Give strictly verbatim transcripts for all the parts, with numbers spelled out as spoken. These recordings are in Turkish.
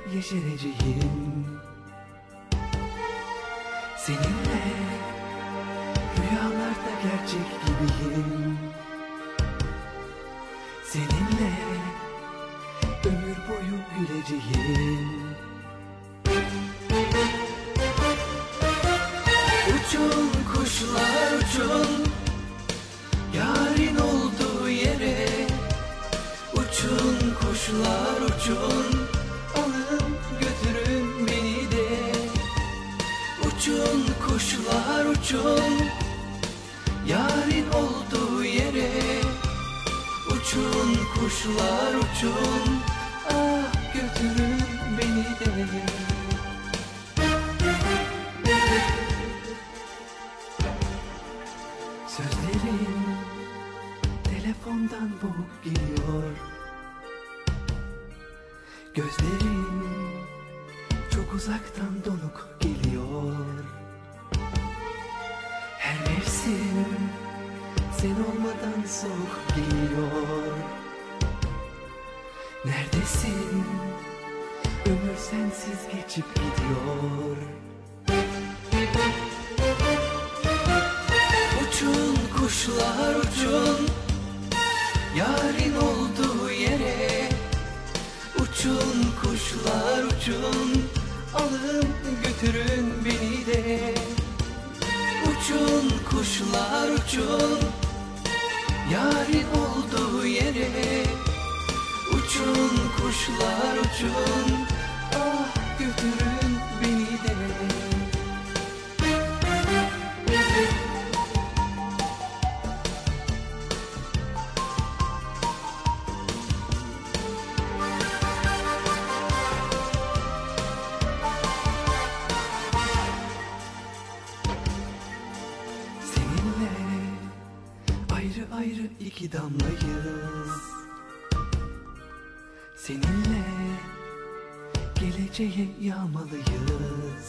yeşereceğim seninle, rüyalarda gerçek gibiyim. Seninle ömür boyu güleceğim. Uçun kuşlar uçun, yarın olduğu yere. Uçun kuşlar uçun, alın götürün beni de. Uçun kuşlar uçun, yarın olduğu yere. Uçun kuşlar uçun, ah götürün beni de. Sözlerin telefondan boğuk geliyor. Gözlerin çok uzaktan donuk geliyor. Her mevsim sen olmadan soğuk geliyor. Neredesin? Ömür sensiz geçip gidiyor. Uçun kuşlar uçun, yarın olduğu yere. Uçun kuşlar uçun, alın götürün beni de. Uçun kuşlar uçun, yarın olduğu yere. Uçun kuşlar uçun, ah götürün beni de. Seninle ayrı ayrı iki damlayız. Seninle geleceğe yağmalıyız.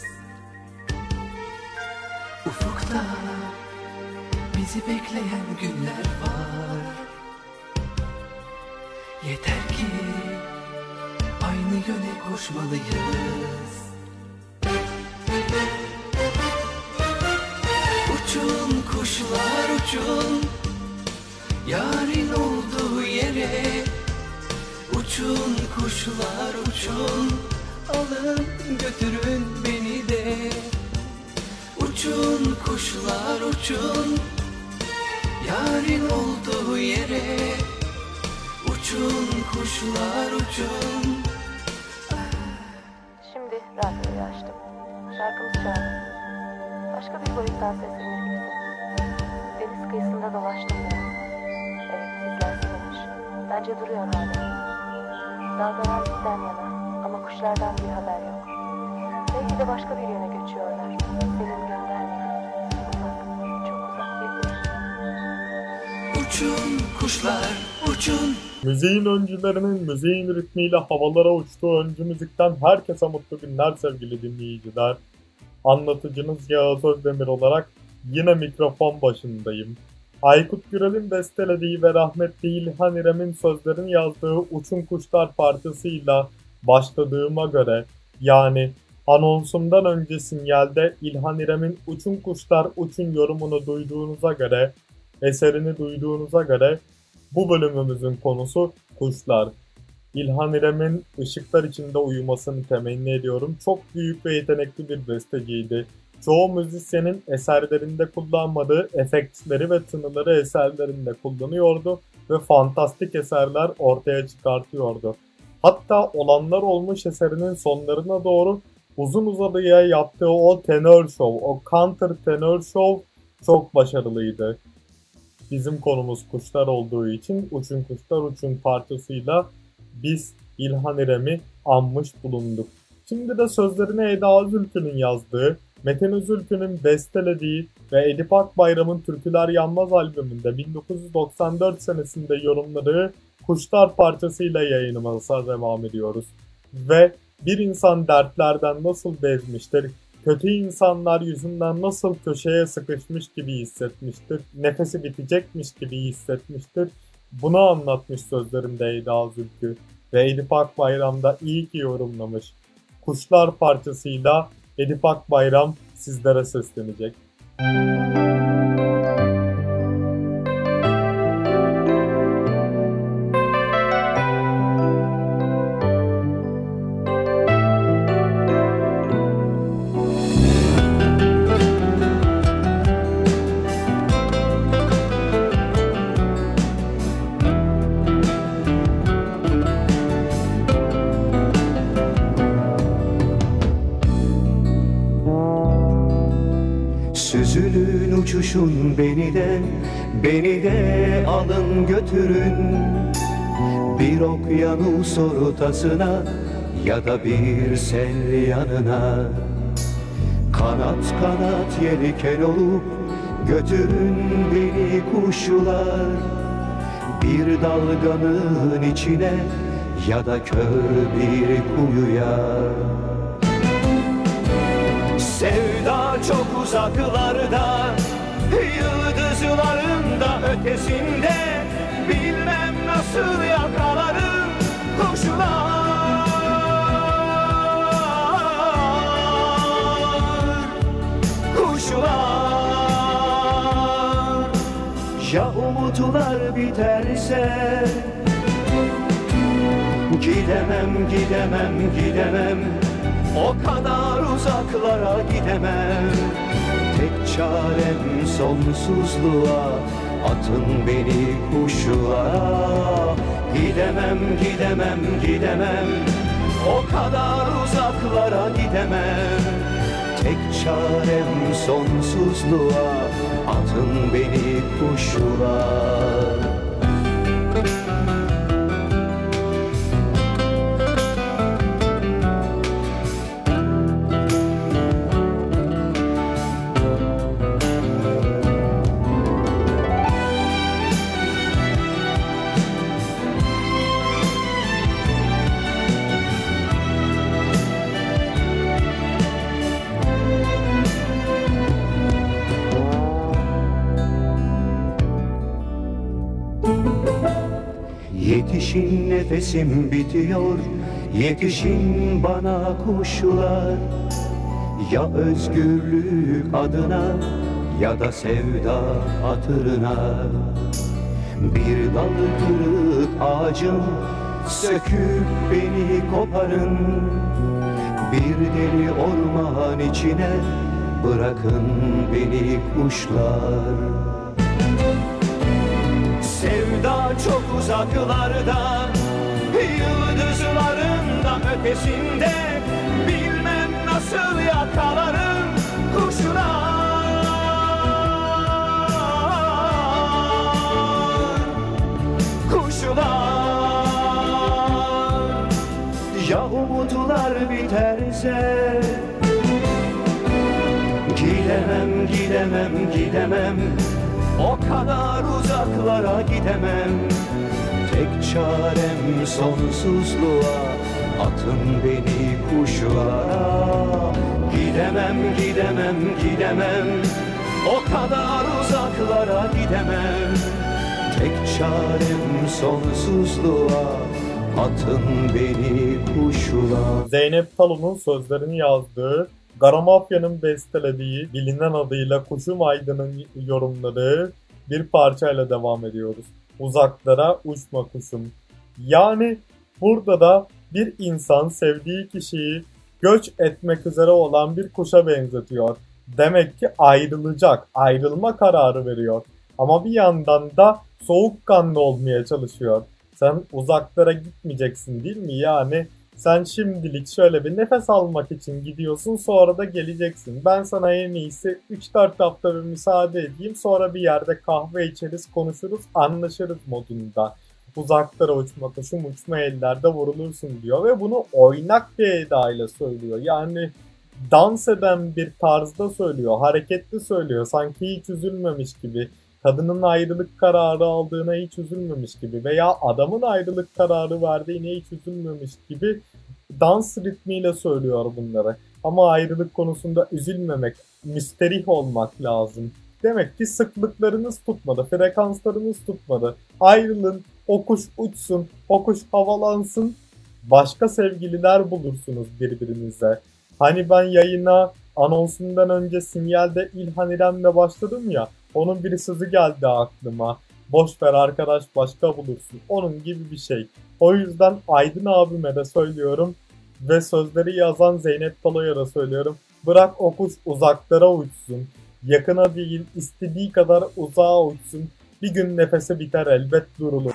Ufukta bizi bekleyen günler var. Yeter ki aynı yöne koşmalıyız. Uçun kuşlar uçun, yarın olduğu yere. Uçun kuşlar uçun, alın götürün beni de. Uçun kuşlar uçun, yarın olduğu yere. Uçun kuşlar uçun. Şimdi radyoyu açtım. Şarkımız çaldı. Başka bir boyuttan seslenir gibisin. Deniz kıyısında dolaştım ben. Evet, izler sınırmış. Bence duruyor hala. Dalgalar bizden yana ama kuşlardan bir haber yok. Belki de başka bir yöne göçüyorlar. Senin göndermeyin. Uzak, çok uzak bir yer. Uçun kuşlar uçun. Müziğin öncülerinin müziğin ritmiyle havalara uçtuğu öncü müzikten herkese mutlu günler sevgili dinleyiciler. Anlatıcınız Yağız Özdemir olarak yine mikrofon başındayım. Aykut Gürel'in bestelediği ve rahmetli İlhan İrem'in sözlerini yazdığı Uçun Kuşlar parçasıyla başladığıma göre, yani anonsumdan önce sinyalde İlhan İrem'in Uçun Kuşlar Uçun yorumunu duyduğunuza göre, eserini duyduğunuza göre bu bölümümüzün konusu kuşlar. İlhan İrem'in ışıklar içinde uyumasını temenni ediyorum. Çok büyük ve yetenekli bir besteciydi. Çoğu müzisyenin eserlerinde kullanmadığı efektleri ve tınıları eserlerinde kullanıyordu ve fantastik eserler ortaya çıkartıyordu. Hatta Olanlar Olmuş eserinin sonlarına doğru uzun uzadıya yaptığı o tenor show, o counter tenor show çok başarılıydı. Bizim konumuz kuşlar olduğu için Uçun Kuşlar Uçun parçasıyla biz İlhan İrem'i anmış bulunduk. Şimdi de sözlerini Eda Zülfü'nün yazdığı, Metin Özülfü'nün bestelediği ve Edip Akbayram'ın Türküler Yanmaz albümünde bin dokuz yüz doksan dört senesinde yorumladığı Kuşlar parçasıyla yayınımıza devam ediyoruz. Ve bir insan dertlerden nasıl bezmiştir, kötü insanlar yüzünden nasıl köşeye sıkışmış gibi hissetmiştir, nefesi bitecekmiş gibi hissetmiştir, bunu anlatmış sözlerinde Eda Zülfü ve Edip Akbayram da iyi ki yorumlamış. Kuşlar parçasıyla Edip Akbayram sizlere seslenecek. Süzülün uçuşun beni de, beni de alın götürün. Bir okyanus ortasına ya da bir sel yanına. Kanat kanat yelken olup götürün beni kuşlar. Bir dalganın içine ya da kör bir kuyuya. Sevda çok uzaklarda, yıldızların da ötesinde. Bilmem nasıl yakalarım kuşlar. Kuşlar. Ya umutlar biterse, gidemem, gidemem, gidemem. O kadar uzaklara gidemem. Tek çarem sonsuzluğa, atın beni kuşlara. Gidemem, gidemem, gidemem. O kadar uzaklara gidemem. Tek çarem sonsuzluğa, atın beni kuşlara. Yetişin, nefesim bitiyor, yetişin bana kuşlar. Ya özgürlük adına ya da sevda hatırına. Bir dal kırık ağacım, söküp beni koparın. Bir deli orman içine bırakın beni kuşlar. Sevda çok uzaklarda, yıldızların da ötesinde. Bilmem nasıl yakalarım kuşlar. Kuşlar. Ya umutlar biterse, gidemem, gidemem, gidemem. O kadar uzaklara gidemem. Tek çarem sonsuzluğa, atın beni kuşlara. Gidemem, gidemem, gidemem. O kadar uzaklara gidemem. Tek çarem sonsuzluğa, atın beni kuşlara. Zeynep Talun'un sözlerini yazdığı, Garamafya'nın bestelediği, bilinen adıyla Kuşum Aydın'ın yorumladığı bir parçayla devam ediyoruz. Uzaklara uçma kuşum. Yani burada da bir insan sevdiği kişiyi göç etmek üzere olan bir kuşa benzetiyor. Demek ki ayrılacak, ayrılma kararı veriyor. Ama bir yandan da soğukkanlı olmaya çalışıyor. Sen uzaklara gitmeyeceksin değil mi? Yani sen şimdilik şöyle bir nefes almak için gidiyorsun, sonra da geleceksin. Ben sana en iyisi üç dört hafta bir müsaade edeyim, sonra bir yerde kahve içeriz, konuşuruz, anlaşırız modunda. Uzaklara uçma kuşum, uçma ellerde vurulursun diyor ve bunu oynak bir edayla söylüyor. Yani dans eden bir tarzda söylüyor, hareketli söylüyor, sanki hiç üzülmemiş gibi. Kadının ayrılık kararı aldığına hiç üzülmemiş gibi veya adamın ayrılık kararı verdiğine hiç üzülmemiş gibi dans ritmiyle söylüyor bunları. Ama ayrılık konusunda üzülmemek, müsterih olmak lazım. Demek ki sıklıklarınız tutmadı, frekanslarınız tutmadı. Ayrılın, o kuş uçsun, o kuş havalansın Başka sevgililer bulursunuz birbirinize. Hani ben yayına anonsundan önce Sinyal'de İlhan İrem'le başladım ya, onun bir sözü geldi aklıma. Boş ver arkadaş, başka bulursun. Onun gibi bir şey. O yüzden Aydın abime de söylüyorum ve sözleri yazan Zeynep Talo'ya da söylüyorum. Bırak o kuş uzaklara uçsun. Yakına değil, istediği kadar uzağa uçsun. Bir gün nefesi biter, elbet durulur.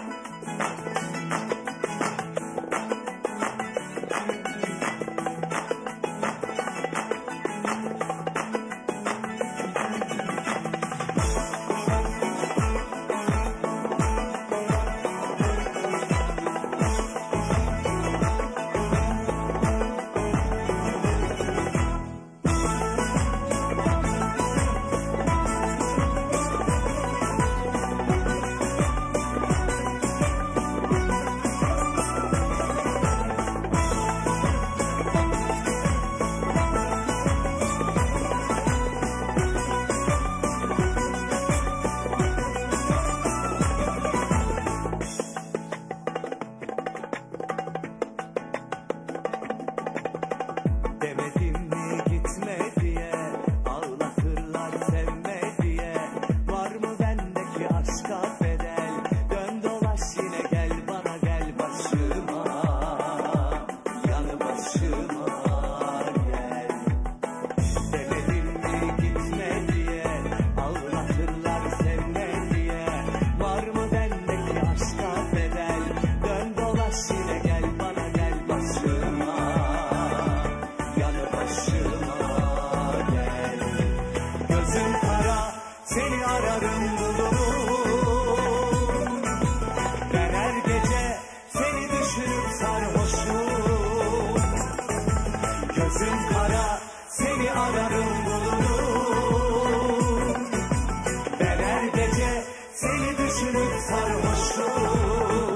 Demedim mi gitme diye, ağlatırlar sevme diye. Var mı bendeki aşka bedel? Dön dolaş yine gel bana, gel başıma, yanı başıma gel. Demedim mi gitme diye, ağlatırlar sevme diye. Var mı bendeki aşka bedel? Dön dolaş yine gel bana, gel başıma, yanı başıma gel. Gözüm kara, seni ararım bulurum. Ben her gece seni düşünüp sarhoşum. Gözüm kara, seni ararım bulurum. Ben her gece seni düşünüp sarhoşum.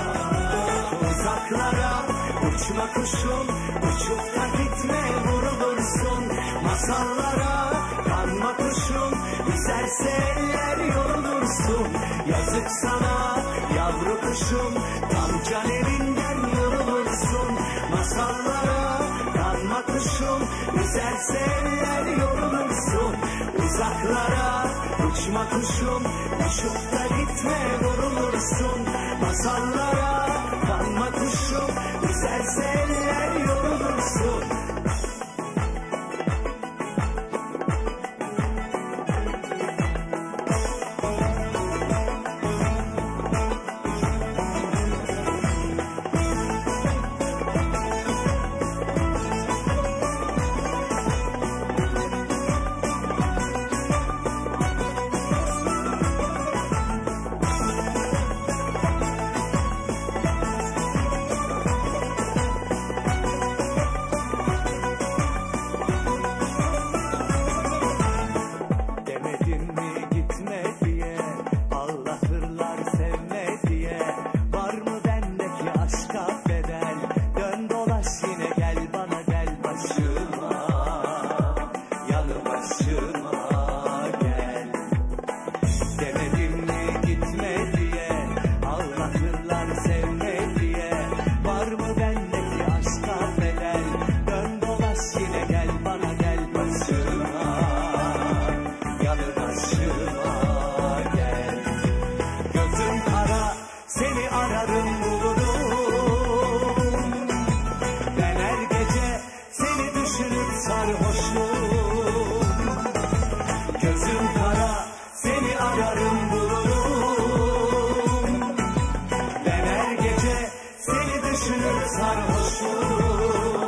Uzaklara uçma kuşum, uçup da gitme vurulursun. Masallara kanma kuşum, üzerse eller yorulursun. Yazık sana yavru kuşum, tam can evinden yorulursun. Masallara kanma kuşum, üzerse eller yorulursun. Uzaklara uçma kuşum, uçup da gitme vurulursun. Masallara kanma kuşum, üzerse eller yorulursun. Demedim mi gitme diye, ağlatırlar sevme diye. Var mı bendeki aşka bedel? Dön dolaş yine gel bana, gel başıma, yanı başıma gel. Demedim mi gitme diye, ağlatırlar sevme diye. Var mı bendeki aşka bedel? Dön dolaş yine gel bana, gel başıma, yanı başıma gel. Gözüm kara, seni ararım bulurum. Ben her gece seni düşünüp sarhoşum. Gözüm kara, seni ararım bulurum. Ben her gece seni düşünüp sarhoşum.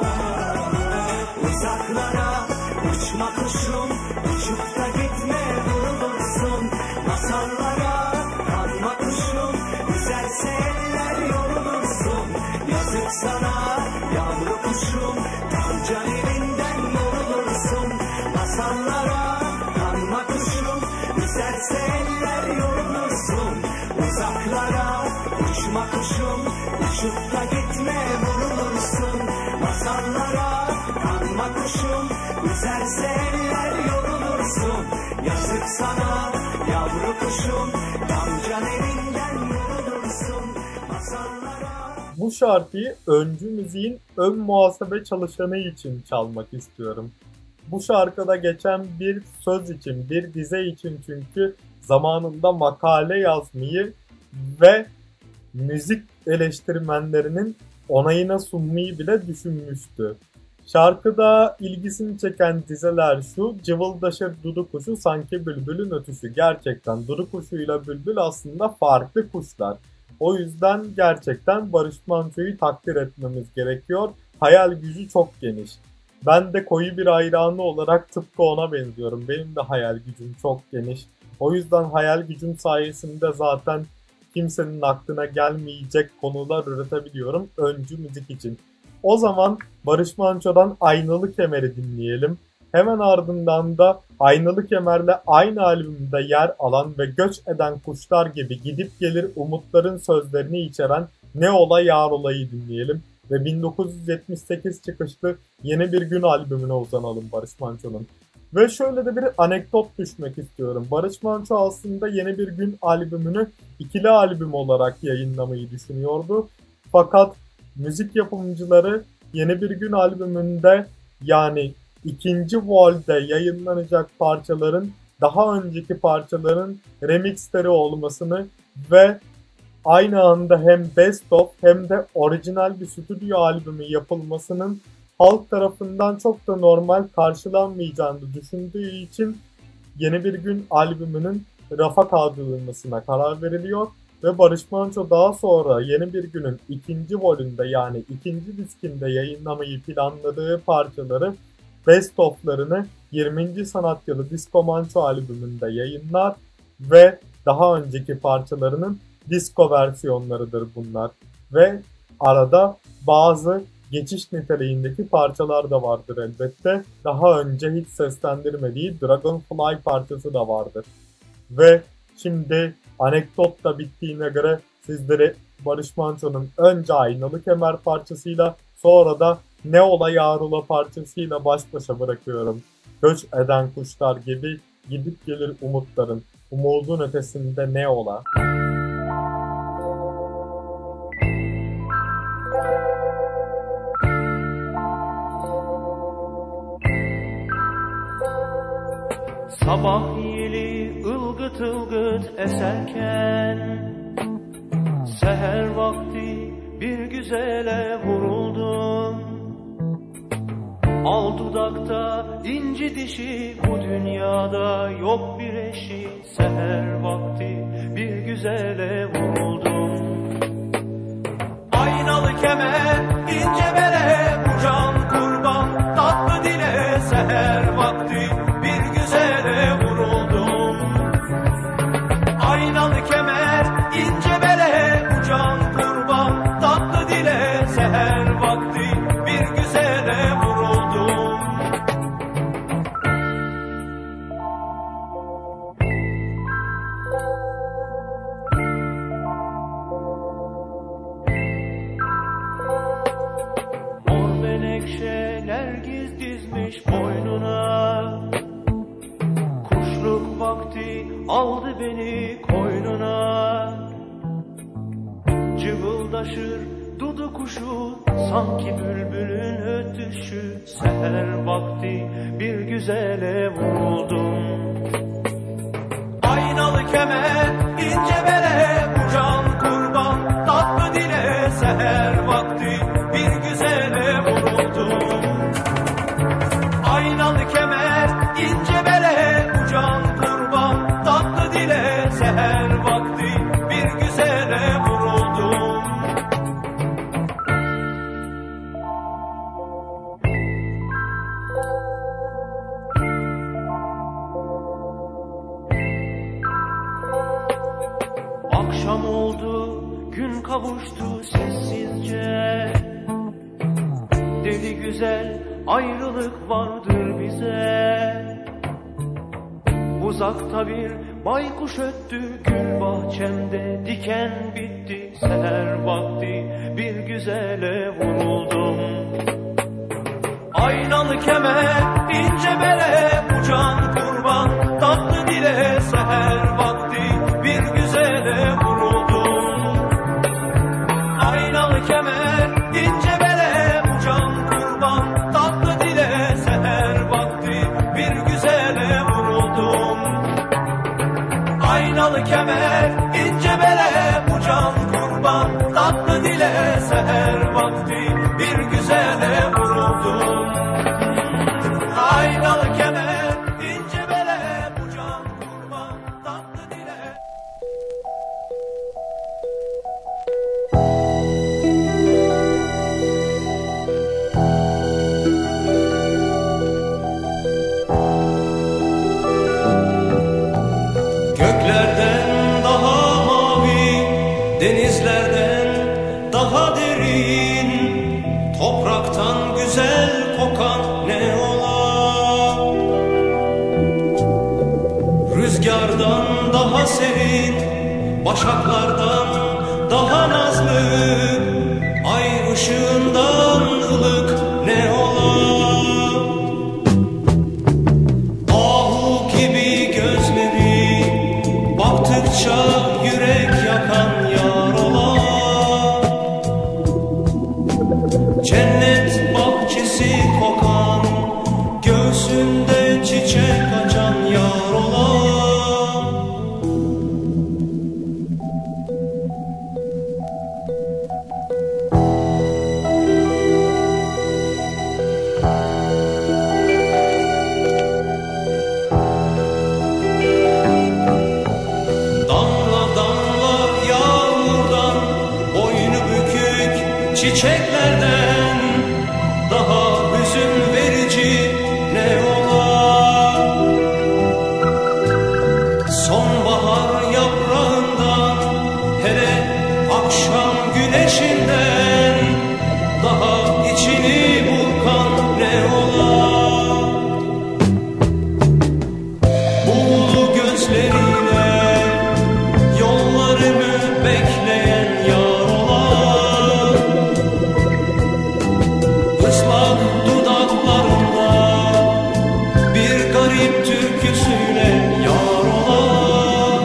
Uzaklara uçma kuşum, uçup da gitme vurulursun. Masallara kanma kuşum, üzerse eller yorulursun. Yazık sana yavru kuşum, tam can evinden yorulursun. Masallara kanma kuşum, üzerse eller yorulursun. Uzaklara uçma kuşum, uçup da gitme vurulursun. Masallara kanma kuşum, üzerse eller yorulursun. Yazık sana yavru kuşum, tam can evinden yorulursun. Masallara... Bu bu şarkıyı öncü müziğin ön muhasebe çalışanı için çalmak istiyorum. Bu şarkıda geçen bir söz için, bir dize için çünkü zamanında makale yazmayı ve müzik eleştirmenlerinin onayına sunmayı bile düşünmüştü. Şarkıda ilgisini çeken dizeler şu: cıvıldaşır dudu kuşu sanki bülbülün ötüşü. Gerçekten dudu kuşuyla bülbül aslında farklı kuşlar. O yüzden gerçekten Barış Manço'yu takdir etmemiz gerekiyor. Hayal gücü çok geniş. Ben de koyu bir hayranı olarak tıpkı ona benziyorum. Benim de hayal gücüm çok geniş. O yüzden hayal gücüm sayesinde zaten kimsenin aklına gelmeyecek konular üretebiliyorum öncü müzik için. O zaman Barış Manço'dan Aynalı Kemer'i dinleyelim. Hemen ardından da Aynalı Kemer'le aynı albümde yer alan ve göç eden kuşlar gibi gidip gelir umutların sözlerini içeren Ne Ola Yar Olay'ı dinleyelim. Ve bin dokuz yüz yetmiş sekiz çıkışlı Yeni Bir Gün albümüne uzanalım Barış Manço'nun. Ve şöyle de bir anekdot düşmek istiyorum. Barış Manço aslında Yeni Bir Gün albümünü ikili albüm olarak yayınlamayı düşünüyordu. Fakat müzik yapımcıları Yeni Bir Gün albümünde, yani ikinci volde yayınlanacak parçaların daha önceki parçaların remixleri olmasını ve aynı anda hem best of hem de orijinal bir stüdyo albümü yapılmasının halk tarafından çok da normal karşılanmayacağını düşündüğü için Yeni Bir Gün albümünün rafa kaldırılmasına karar veriliyor ve Barış Manço daha sonra Yeni Bir Gün'ün ikinci volümünde, yani ikinci diskinde yayınlamayı planladığı parçaları, best of'larını yirminci Sanat Yılı Disco Manço albümünde yayınlar ve daha önceki parçalarının disco versiyonlarıdır bunlar. Ve arada bazı geçiş niteliğindeki parçalar da vardır elbette. Daha önce hiç seslendirmediği Dragonfly parçası da vardır. Ve şimdi anekdot da bittiğine göre sizleri Barış Manço'nun önce Aynalı Kemer parçasıyla, sonra da Ne Ola Yar Ola parçasıyla baş başa bırakıyorum. Göç eden kuşlar gibi gidip gelir umutların, umudun ötesinde ne ola? Sabah yeli ılgıt ılgıt eserken, seher vakti bir güzele vuruldum. Al dudakta inci dişi, bu dünyada yok bir eşi. Seher vakti bir güzele vuruldum. Aynalı kemer, ince bere, bu can kurban, tatlı dile. Seher vakti bir güzele vuruldum. Aynalı kemer, ince bere, bu can kurban, tatlı dile. Seher vakti bir güzele vuruldum. Mor menekşe nergiz dizmiş boynuna, kuşluk vakti aldı beni koynuna. Cıvıldaşır dudu kuşu sanki bülbülün ötüşü. Seher vakti bir güzele vuruldum. Aynalı kemer, ince bere, bu can kurban, tatlı dile. Seher vakti bir güzele vuruldum. Aynalı kemer, ince bere, bu can kurban, tatlı dile. Seher vakti bir güzele vuruldum. Akşam oldu, gün kavuştu sessizce. Deli güzel ayrılık vardır bize. Uzakta bir baykuş öttü, gül bahçemde diken bitti. Seher vakti bir güzele vuruldum. Aynalı kemer, ince bere, bu can kurban, tatlı dile. Seher vakti bir güzele vuruldum. Aynalı kemer, Aynalı kemer, ince bere, bu can kurban, tatlı dile, seher vakti bir güzele vuruldum. Aynalı kemer, ince bere, bu can kurban, tatlı dile. Göklerden daha mavi, denizlerden daha derin, topraktan güzel kokan ne ola? Rüzgardan daha serin, başaklardan daha nazlı, ay ışığından ılık ne ola? Ahu gibi gözleri, baktıkça yürek yakan yar ola. Cennet bahçesi kokan, göğsünde çiçek açan yar ola. Damla damla yağmurdan, boynu bükük çiçeklerden daha hüzün verici ne ola? Sonbahar yaprağından, hele akşam güneşinden daha içini burkan ne ola? Buğulu gözleriyle yollarımı bekleyen yar ola. Islak dudaklarında bir garip türküsüyle yar ola.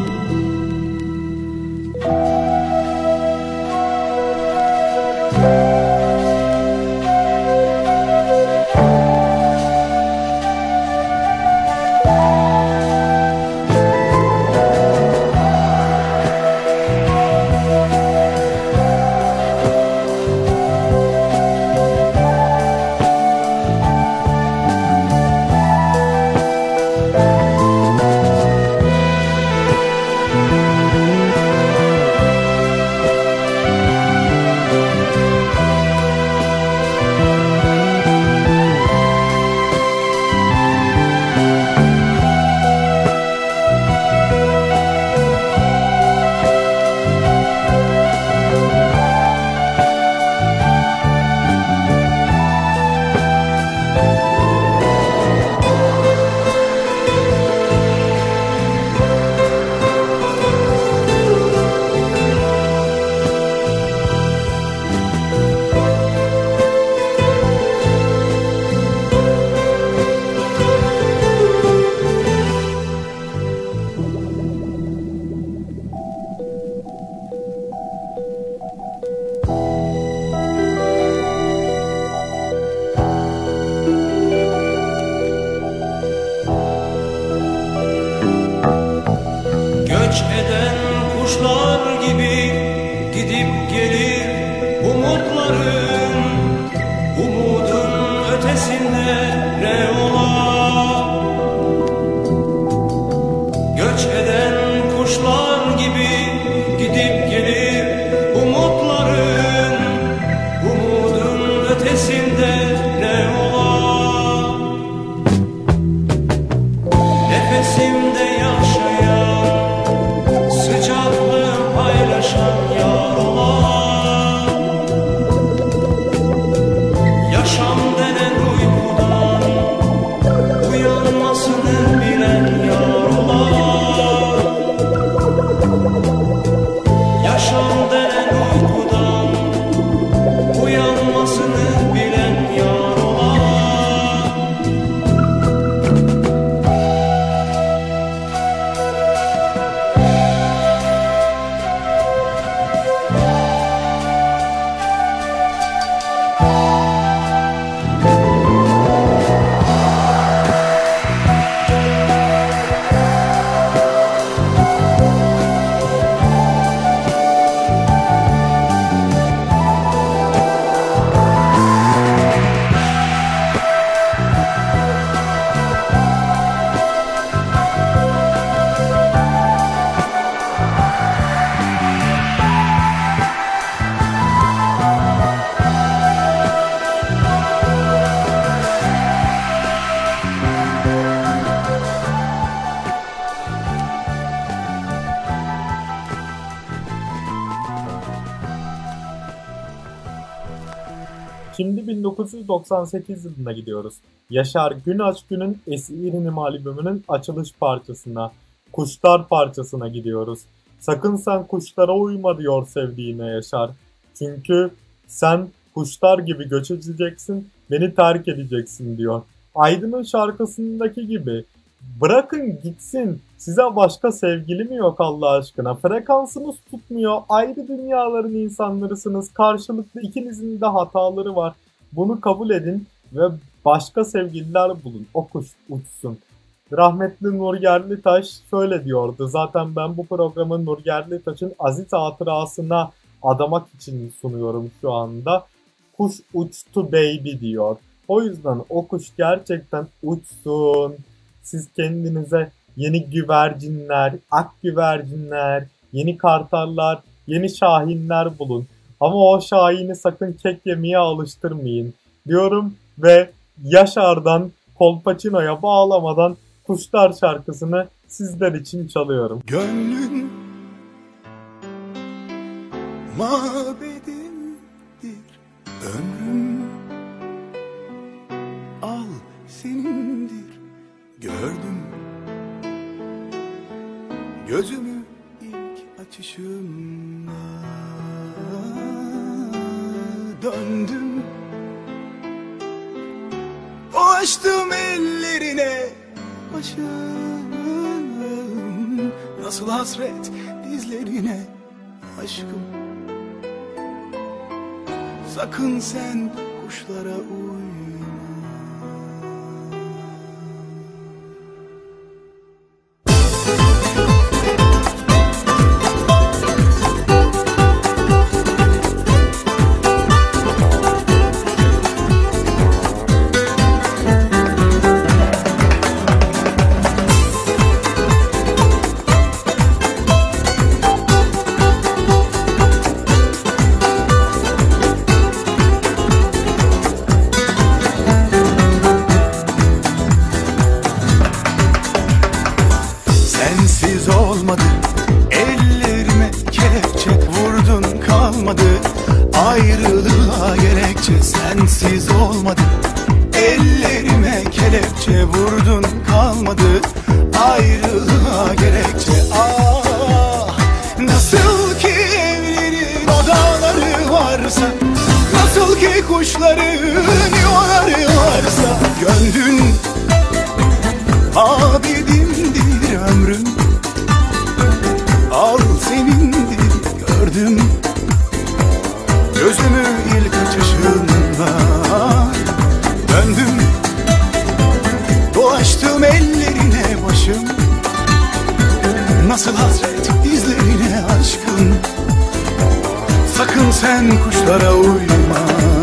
Göç eden kuşlar gibi gidip gelir umutların, umudun ötesinde ne ola? Göç eden kuşlar gibi gidip gelir umutların, umudun ötesinde ne ola? Nefesimde yaşayan sıcaklığım Şimdi bin dokuz yüz doksan sekiz yılına gidiyoruz. Yaşar Günaşgün'ün Esirim albümünün açılış parçasına, Kuşlar parçasına gidiyoruz. Sakın sen kuşlara uyma diyor sevdiğine Yaşar. Çünkü sen kuşlar gibi göç edeceksin, beni terk edeceksin diyor. Aydın'ın şarkısındaki gibi bırakın gitsin, size başka sevgili mi yok Allah aşkına? Frekansınız tutmuyor, ayrı dünyaların insanlarısınız, karşılıklı ikinizin de hataları var. Bunu kabul edin ve başka sevgililer bulun, o kuş uçsun. Rahmetli Nur Yerlitaş şöyle diyordu, zaten ben bu programı Nur Yerlitaş'ın aziz hatırasına adamak için sunuyorum şu anda. Kuş uçtu baby diyor. O yüzden o kuş gerçekten uçsun. Siz kendinize yeni güvercinler, ak güvercinler, yeni kartallar, yeni şahinler bulun. Ama o şahini sakın kek yemeye alıştırmayın diyorum ve Yaşar'dan Kolpaçino'ya bağlamadan Kuşlar şarkısını sizler için çalıyorum. Gönlün mabedimdir, ömrüm al senindir. Gördüm gözümü ilk açışımda, döndüm açtım ellerine başım, nasıl hasret dizlerine aşkım. Sakın sen kuşlara uyma. Sensiz olmadı, ellerime kelepçe vurdun kalmadı. Ayrılığa gerekçe sensiz olmadı, ellerime kelepçe vurdun kalmadı. Ayrılığa gerekçe ah, nasıl ki evlerin odaları varsa, nasıl ki kuşların yuvaları varsa. Gönlün abidimdir ömrüm, al senindir gördüm. Gözümü ilk açışında döndüm, dolaştım ellerine başım. Nasıl hasret izlerine aşkın. Sakın sen kuşlara uyma.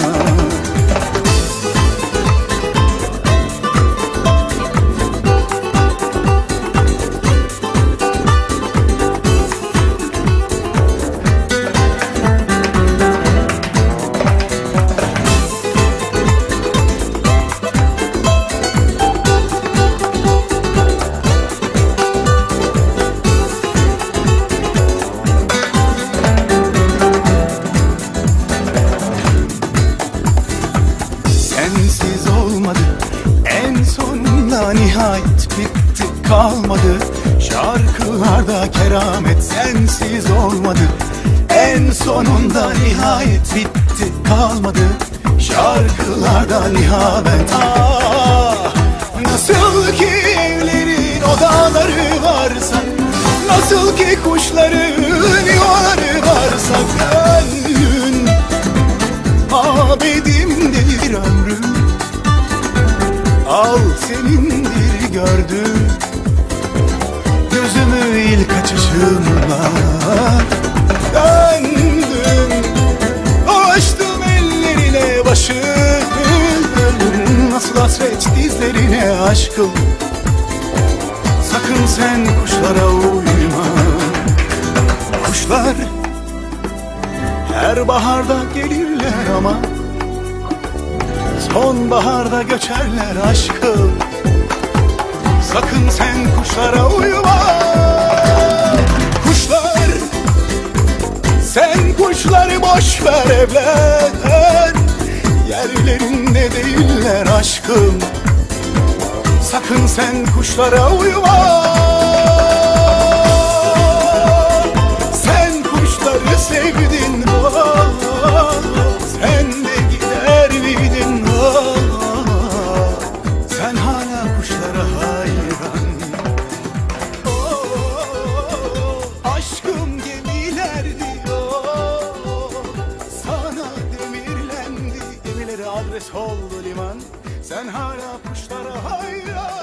Sensiz olmadı, en sonunda nihayet bitti kalmadı. Şarkılarda keramet sensiz olmadı, en sonunda nihayet bitti kalmadı. Şarkılarda nihavet ah, nasıl ki evlerin odaları varsa, nasıl ki kuşların yuvaları varsa. Gönlün abidimdir ömrüm, al senindir gördüm. Gözümü ilk açışımla döndüm, dolaştım ellerine başım. Nasıl hasret dizlerine aşkım. Sakın sen kuşlara uyma. Kuşlar her baharda gelirler ama sonbaharda göçerler aşkım. Sakın sen kuşlara uyma. Kuşlar, sen kuşları boş ver evlen. Yerlerinde değiller aşkım. Sakın sen kuşlara uyma. Sen kuşları sevdin, oh, sen de gider miydin? Oh, sen hala kuşlara hayran. Oh, aşkım gemiler diyor, sana demirlendi. Gemilere adres oldu liman, sen hala kuşlara hayran.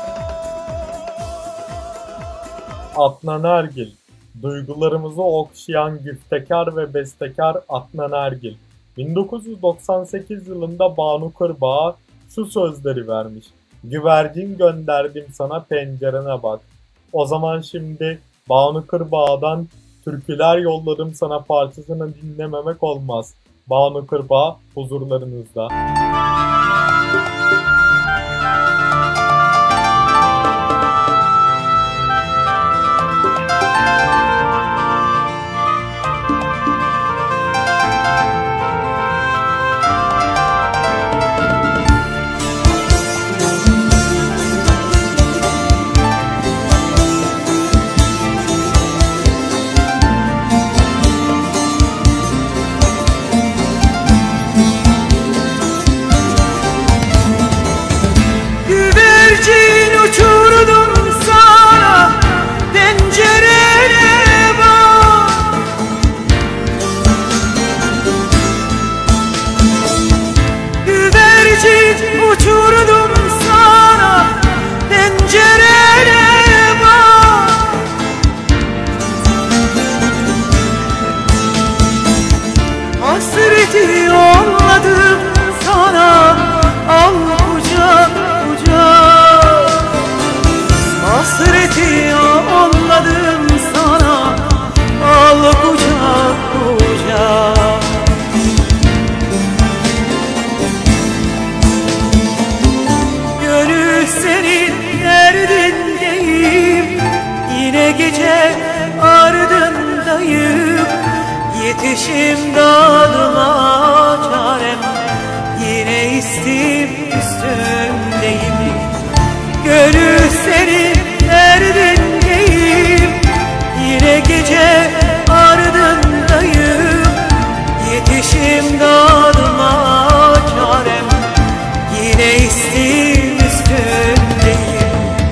Adnan Ergil. Duygularımızı okşayan güftekar ve bestekar Adnan Ergil. bin dokuz yüz doksan sekiz yılında Banu Kırbağ'a şu sözleri vermiş. Güvercin gönderdim sana, pencerene bak. O zaman şimdi Banu Kırbağ'dan Türküler yolladım sana parçasını dinlememek olmaz. Banu Kırbağ huzurlarınızda. Yetişim dadıma çarem, yine istim üstündeyim. Gönül senin derdindeyim, yine gece ardındayım. Yetişim dadıma çarem, yine istim üstündeyim.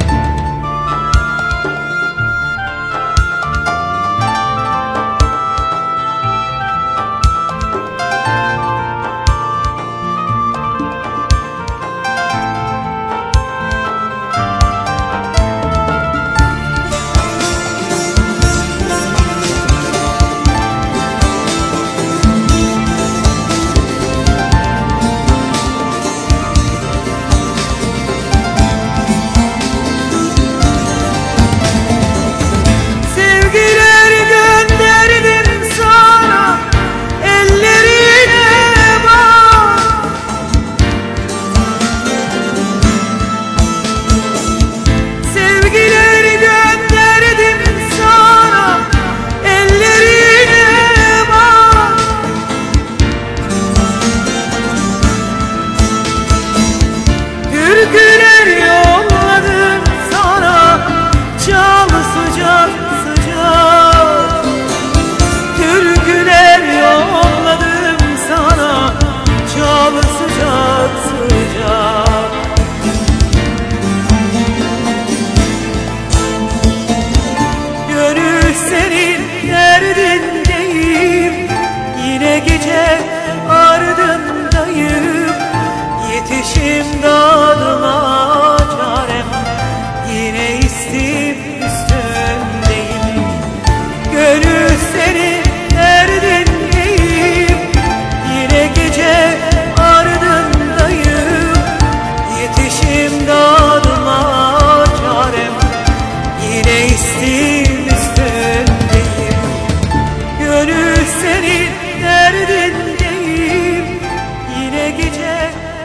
Yetişim dadıma çarem, yine istim üstündeyim. Gönül senin derdindeyim, yine gece ardındayım. Yetişim dadıma çarem, yine istim üstündeyim. Gönül senin derdindeyim, yine gece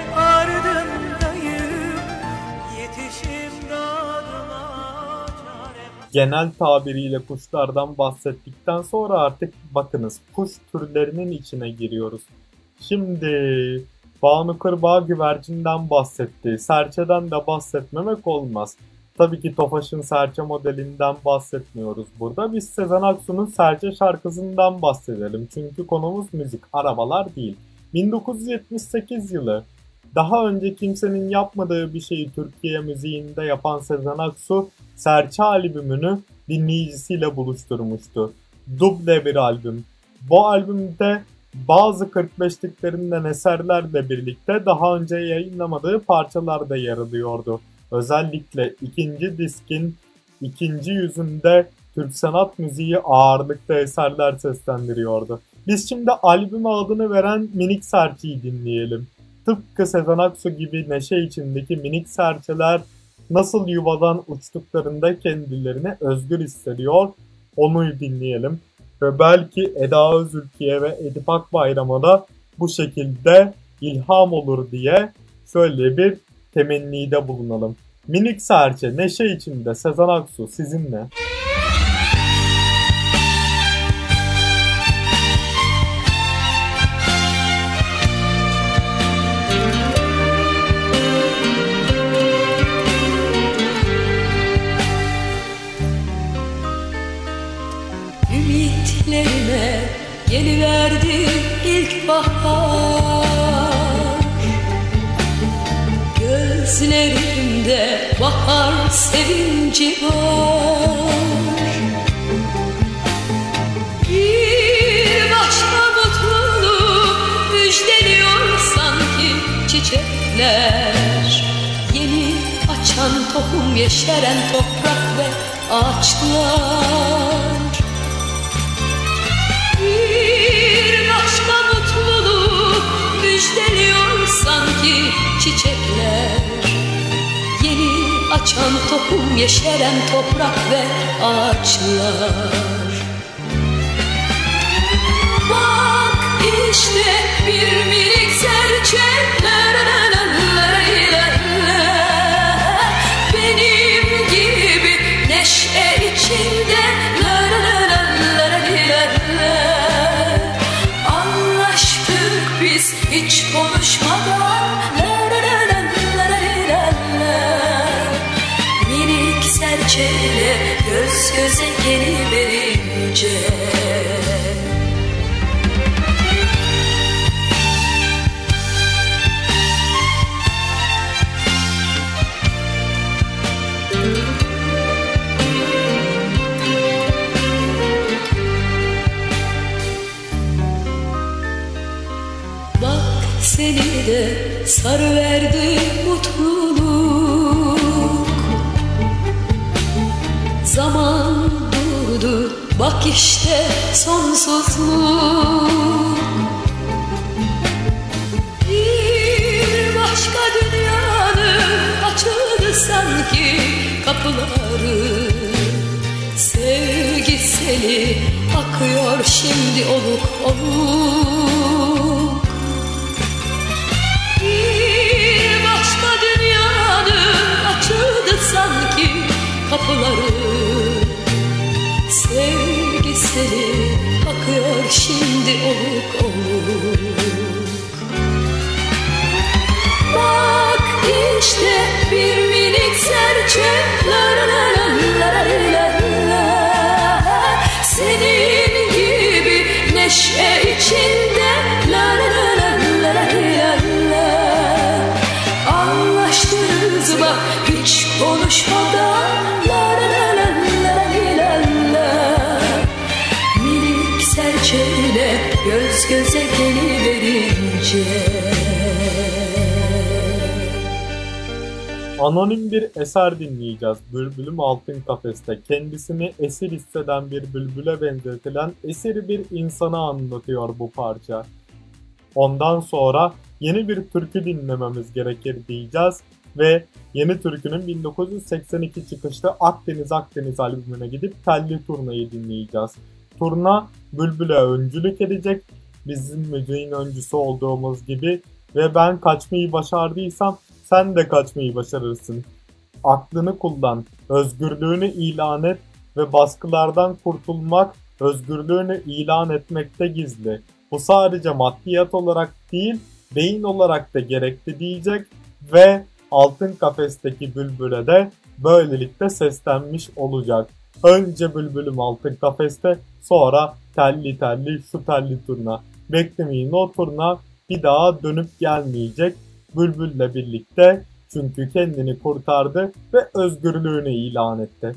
genel tabiriyle kuşlardan bahsettikten sonra artık bakınız kuş türlerinin içine giriyoruz. Şimdi Banu Kırbağ güvercinden bahsetti. Serçeden de bahsetmemek olmaz. Tabii ki Tofaş'ın serçe modelinden bahsetmiyoruz burada. Biz Sezen Aksu'nun serçe şarkısından bahsedelim. Çünkü konumuz müzik, arabalar değil. bin dokuz yüz yetmiş sekiz yılı. Daha önce kimsenin yapmadığı bir şeyi Türkiye müziğinde yapan Sezen Aksu, Serçe albümünü dinleyicisiyle buluşturmuştu. Duble bir albüm. Bu albümde bazı kırk beşliklerinden eserlerle birlikte daha önce yayınlamadığı parçalar da yer alıyordu. Özellikle ikinci diskin ikinci yüzünde Türk sanat müziği ağırlıkta eserler seslendiriyordu. Biz şimdi albüme adını veren Minik Serçe'yi dinleyelim. Tıpkı Sezen Aksu gibi neşe içindeki minik serçeler nasıl yuvadan uçtuklarında kendilerini özgür hissediyor, onu dinleyelim. Ve belki Eda Özülki'ye ve Edip Akbayram'a da bu şekilde ilham olur diye şöyle bir temennide bulunalım. Minik serçe, neşe içinde Sezen Aksu sizinle. Ümitlerime geliverdi ilkbahar, gözlerimde bahar sevinci var. Bir başka mutluluk müjdeliyor sanki çiçekler, yeni açan tohum, yeşeren toprak ve ağaçlar. Bir başka mutluluk müjdeliyor sanki çiçekler, yeni açan tohum, yeşeren toprak ve ağaçlar. Bak işte bir minik serçe, benim gibi neşe içinde. Hiç konuşmadan minik serçeyle göz göze geliverince. Seni de sarıverdi mutluluk, zaman durdu bak işte sonsuzluk. Bir başka dünyanın açıldı sanki kapıları, sevgi seli akıyor şimdi oluk oluk. Bir başka dünyanın açıldı sanki kapıları, sevgiseli akıyor şimdi oluk oluk. Bak işte bir minik serçe, senin gibi neşe içinde. Anlaştınız bak hiç konuşmadan, minik serçeyle göz göze geliverince. Anonim bir eser dinleyeceğiz. Bülbülüm Altın Kafeste. Kendisini esir hisseden bir bülbüle benzetilen esiri bir insana anlatıyor bu parça. Ondan sonra yeni bir türkü dinlememiz gerekir diyeceğiz ve yeni türkünün bin dokuz yüz seksen iki çıkışlı Akdeniz Akdeniz albümüne gidip Telli Turna'yı dinleyeceğiz. Turna Bülbül'e öncülük edecek, bizim müziğin öncüsü olduğumuz gibi, ve ben kaçmayı başardıysam sen de kaçmayı başarırsın. Aklını kullan, özgürlüğünü ilan et ve baskılardan kurtulmak, özgürlüğünü ilan etmekte gizli. Bu sadece maddiyat olarak değil, beyin olarak da gerekli diyecek ve Altın Kafes'teki Bülbül'e de böylelikle seslenmiş olacak. Önce Bülbül'üm Altın Kafes'te, sonra telli telli şu telli turna. Beklemeyin, o turna bir daha dönüp gelmeyecek Bülbül'le birlikte, çünkü kendini kurtardı ve özgürlüğünü ilan etti.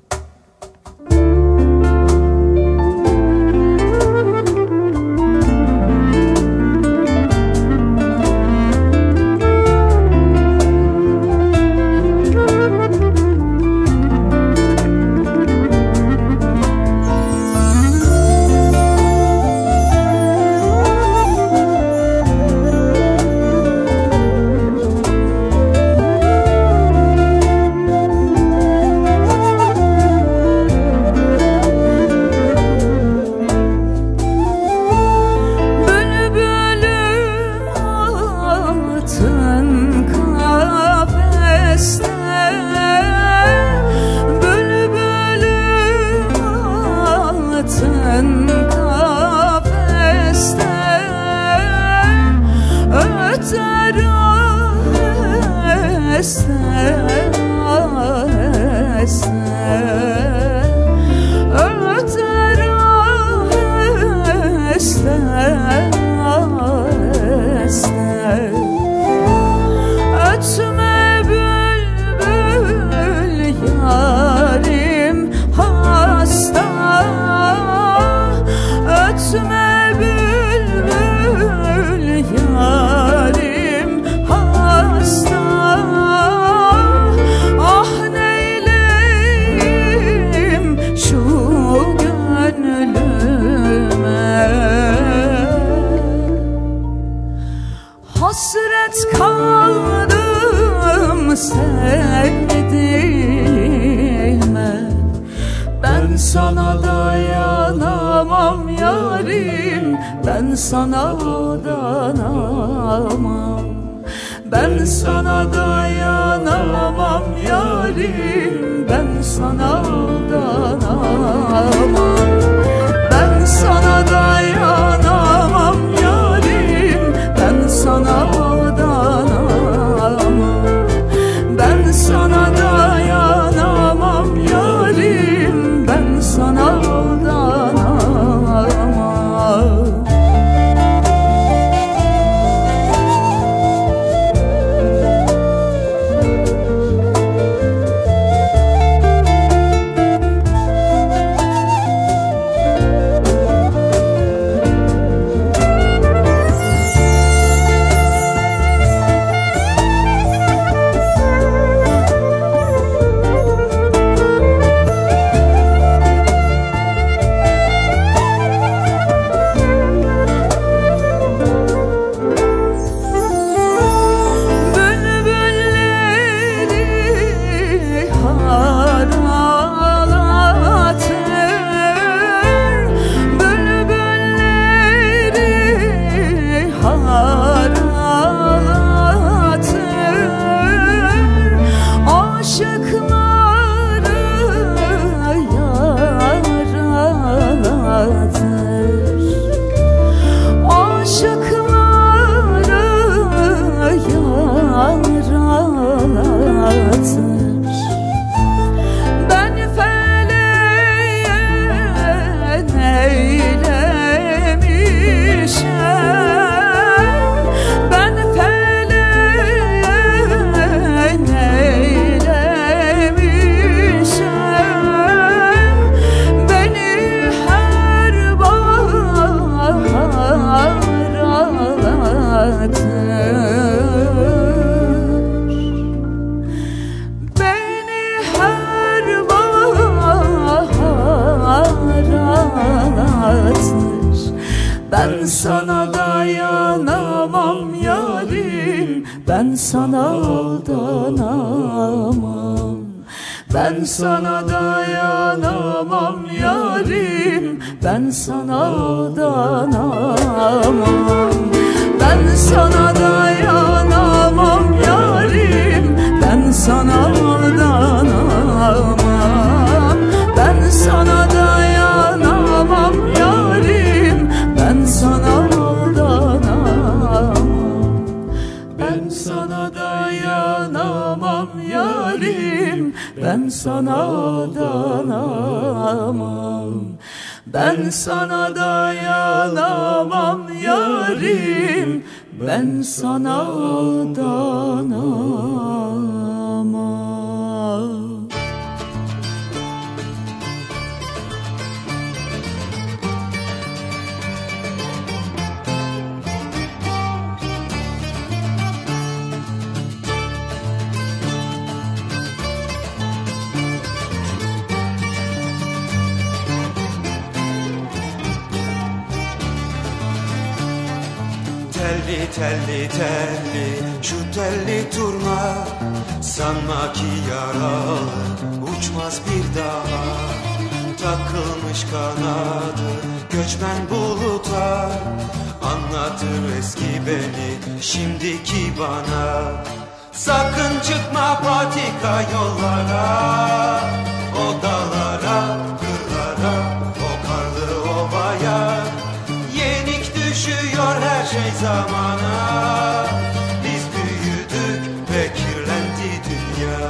Ben sana dayanamam, ben sana dayanamam yarim, ben sana dayanamam, ben sana dayanamam yarim, ben sana dayanamam, ben sana dayanamam yarim, ben sana dayanamam. Ben sana dayanamam yarim, ben sana aldanamam. Ben sana dayanamam yarim, ben sana aldanamam. Ben sana dayanamam yarim, ben sana aldanamam. Ben sana dayanamam yarim, ben sana aldanamam. yarim, ben sana dayanamam. Ben sana dayanamam yarim, ben sana dayanamam. Telli telli telli şu telli turna, sanma ki yaralı uçmaz bir daha. Takılmış kanadı göçmen buluta, anlatır eski beni şimdiki bana. Sakın çıkma patika yollara, o dağlara, kırlara, o karlı ovaya. Yenik düşüyor her şey zamana, biz büyüdük ve kirlendi dünya.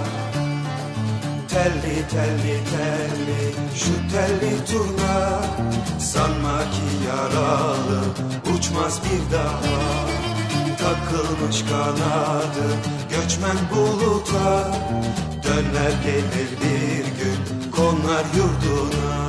Telli telli telli şu telli turna, sanma ki yaralı uçmaz bir daha. Takılmış kanadı göçmen buluta, döner gelir bir gün konar yurduna.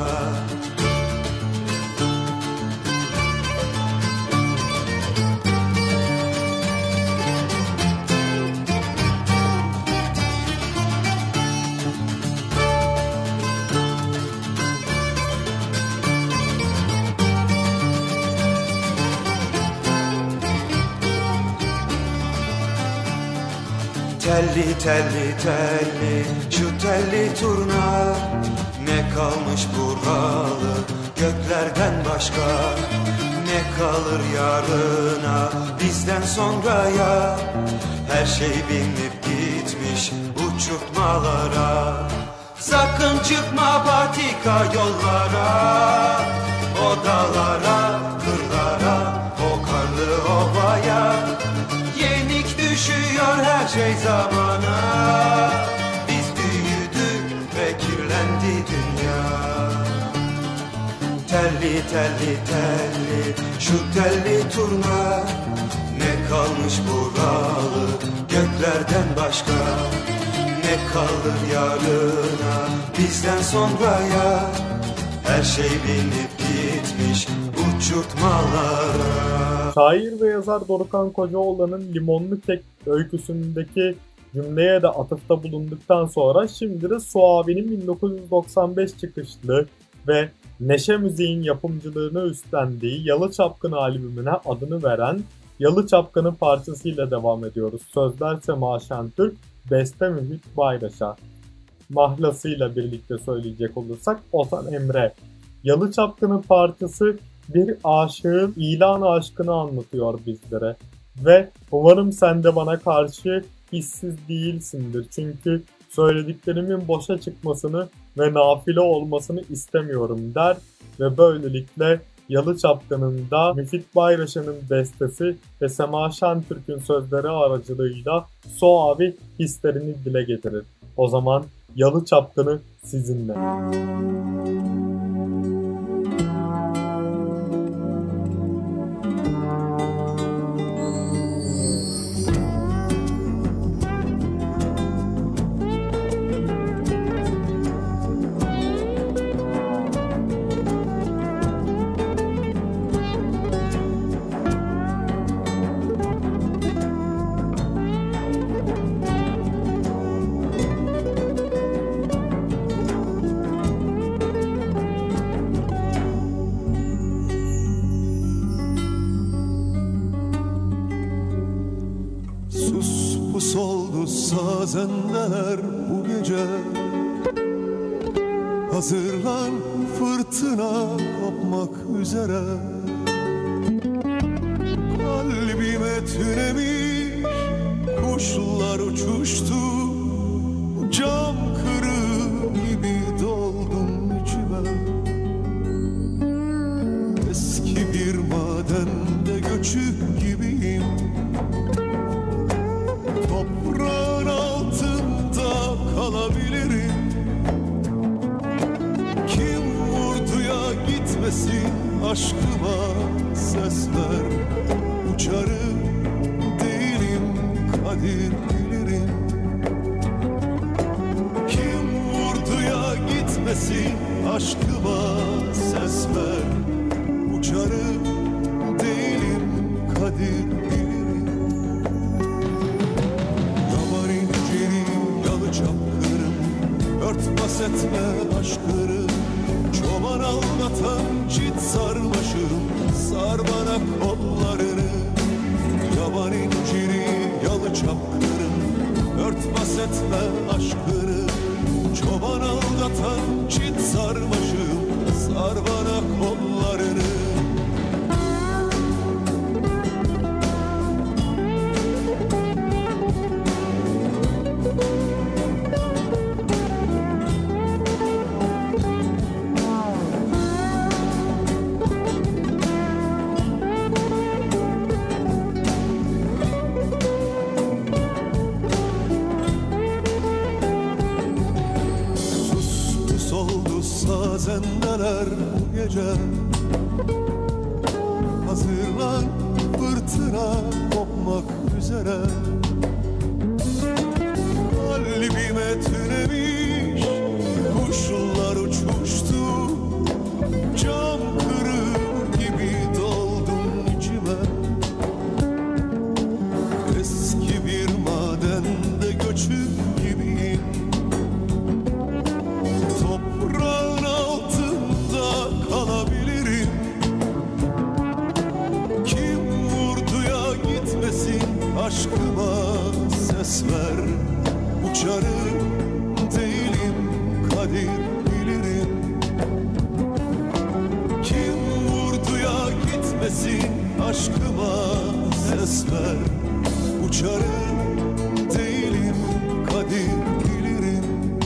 Telli telli telli şu telli turna, ne kalmış buralı göklerden başka. Ne kalır yarına bizden sonraya, her şey binip gitmiş uçurtmalara. Sakın çıkma patika yollara, o dağlara, kırlara, o karlı ovaya. Yenik düşüyor her şey zamana, biz büyüdük ve kirlendi dünya. Telli telli telli şu telli turna, ne kalmış buralı göklerden başka. Ne kalır yarına bizden sonraya, her şey binip gitmiş uçurtmalara. Şair ve yazar Dorukhan Kocaoğlan'ın Limonlu Kek öyküsündeki cümleye de atıfta bulunduktan sonra şimdi de Suavi'nin bin dokuz yüz doksan beş çıkışlı ve Neşe Müziğin yapımcılığını üstlendiği Yalı Çapkını albümüne adını veren Yalı Çapkını parçasıyla devam ediyoruz. Sözler Sema Şentürk, beste Müfit Bayraş'a. Mahlasıyla birlikte söyleyecek olursak Ozan Emre. Yalı Çapkını parçası bir aşığın ilan aşkını anlatıyor bizlere. Ve umarım sen de bana karşı hissiz değilsindir. Çünkü söylediklerimin boşa çıkmasını ve nafile olmasını istemiyorum der. Ve böylelikle Yalı Çapkını'nda Müfit Bayraş'ın bestesi ve Sema Şentürk'ün sözleri aracılığıyla Suavi hislerini dile getirir. O zaman Yalı Çapkını sizinle. Sazendeler bu gece, hazırlan fırtına kopmak üzere. Kalbime tünemiş kuşlar uçuştu, cam kırığı gibi doldum içime. Eski bir madende göçük gibiyim, toprağın altında aşkıma ses ver. Uçarım değilim, kadir bilirim. Kim vurduya gitmesin aşkıma ses ver. Uçarım değilim, kadir bilirim. Yaman inciri, yalı çapkırım, örtbas etme aşkırı. Çoban aldatan çit sarmaşım, sar bana kollarını. Yaban inciri, yalı çapkırım, örtbas etme aşkını. Çoban aldatan çit sarmaşım, sar bana kollarını. Sazendeler bu gece, hazırlan fırtına kopmak üzere. Kalbime tünemiş kuşlar uçuştu, cam kırık gibi doldun içime. Eski bir madende göçük gibiyim, toprağın altında kalabilirim. Kim vurduya gitmesin aşkıma ses ver. Uçarım değilim, kadir bilirim. Kim vurduya gitmesin aşkıma ses ver. Uçarım değilim, kadir bilirim.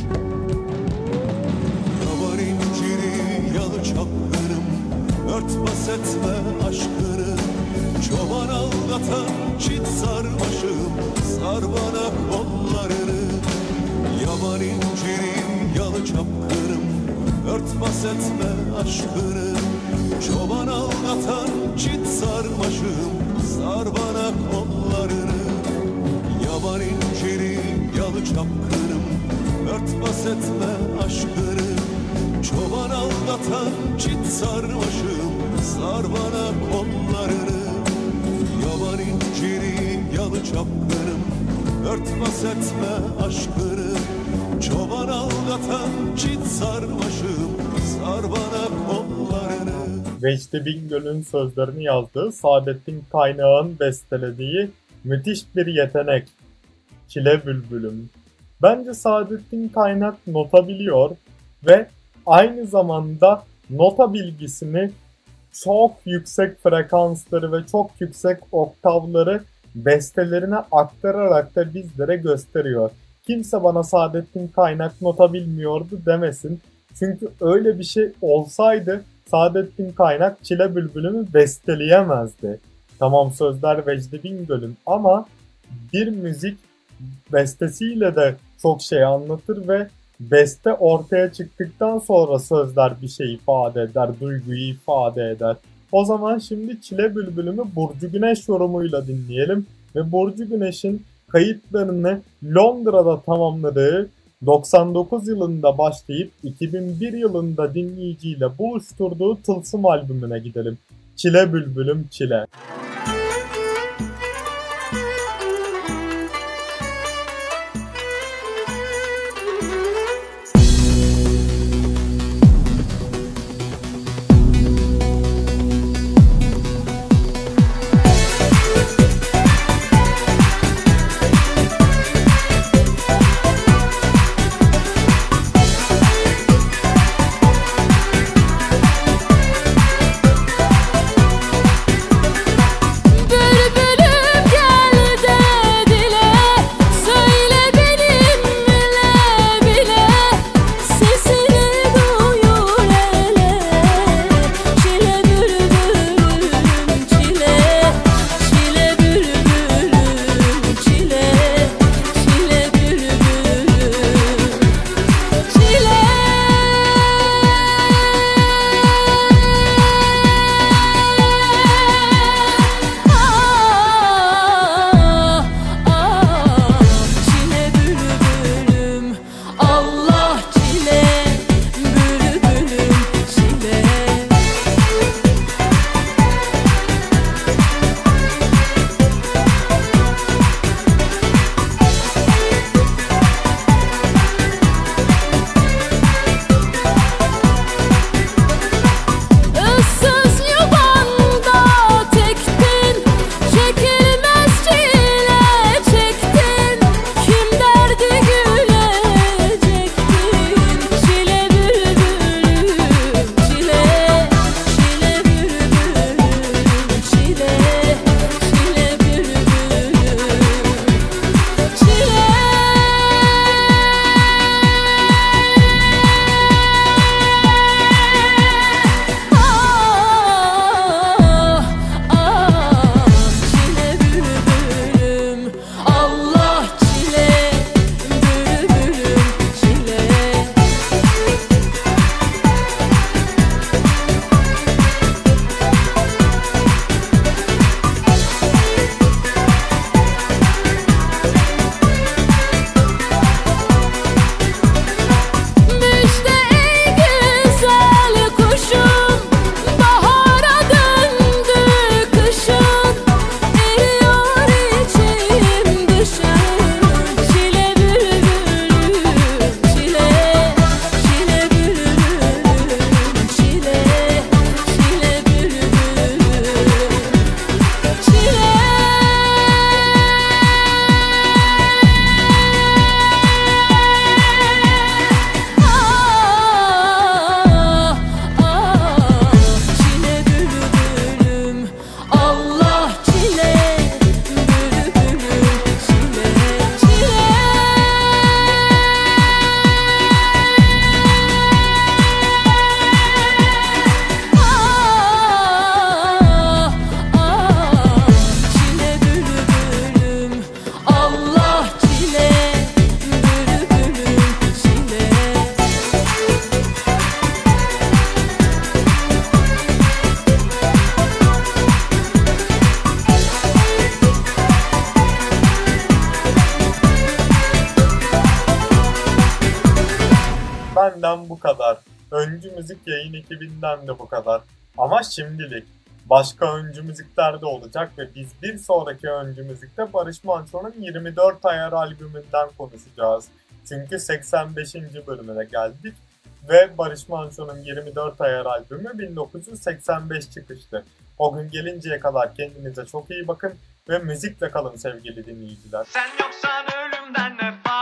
Yaban inciri, yalı çapkınım, örtbas etme aşkını. Çoban aldatan çit sarmaşım, sar bana kollarını. Yaban inciri, yalı çapkınım, örtbas etme aşkını. Çoban aldatan çit sarmaşım, sar bana kollarını. Yaban inciri, yalı çapkınım, örtbas etme aşkını. Çoban aldatan çit sarmaşım, sar bana kollarını. Yaban inciri, yalı çapkınım, örtbas etme aşkını. Çoban aldatan çit sarmaşım, sar bana kollarını. Vecdi Bingöl'ün sözlerini yazdığı, Saadettin Kaynak'ın bestelediği müthiş bir yetenek. Çile Bülbülüm. Bence Saadettin Kaynak nota biliyor ve aynı zamanda nota bilgisini çok yüksek frekansları ve çok yüksek oktavları bestelerine aktararak da bizlere gösteriyor. Kimse bana Saadettin Kaynak nota bilmiyordu demesin. Çünkü öyle bir şey olsaydı Saadettin Kaynak Çile Bülbülüm'ü besteleyemezdi. Tamam, sözler Vecdi Bingöl'ün ama bir müzik bestesiyle de çok şey anlatır ve beste ortaya çıktıktan sonra sözler bir şey ifade eder, duyguyu ifade eder. O zaman şimdi Çile Bülbülüm'ü Burcu Güneş yorumuyla dinleyelim ve Burcu Güneş'in kayıtlarını Londra'da tamamladığı, doksan dokuz yılında başlayıp iki bin bir yılında dinleyiciyle buluşturduğu Tılsım albümüne gidelim. Çile Bülbülüm Çile. Benden bu kadar. Öncü Müzik Yayın ekibinden de bu kadar. Ama şimdilik. Başka öncü müzikler de olacak ve biz bir sonraki öncü müzikte Barış Manço'nun yirmi dört Ayar albümünden konuşacağız. Çünkü seksen beşinci bölümüne geldik ve Barış Manço'nun yirmi dört Ayar albümü bin dokuz yüz seksen beş çıkıştı. O gün gelinceye kadar kendinize çok iyi bakın ve müzikle kalın sevgili dinleyiciler. Sen yoksan ölümden ne fark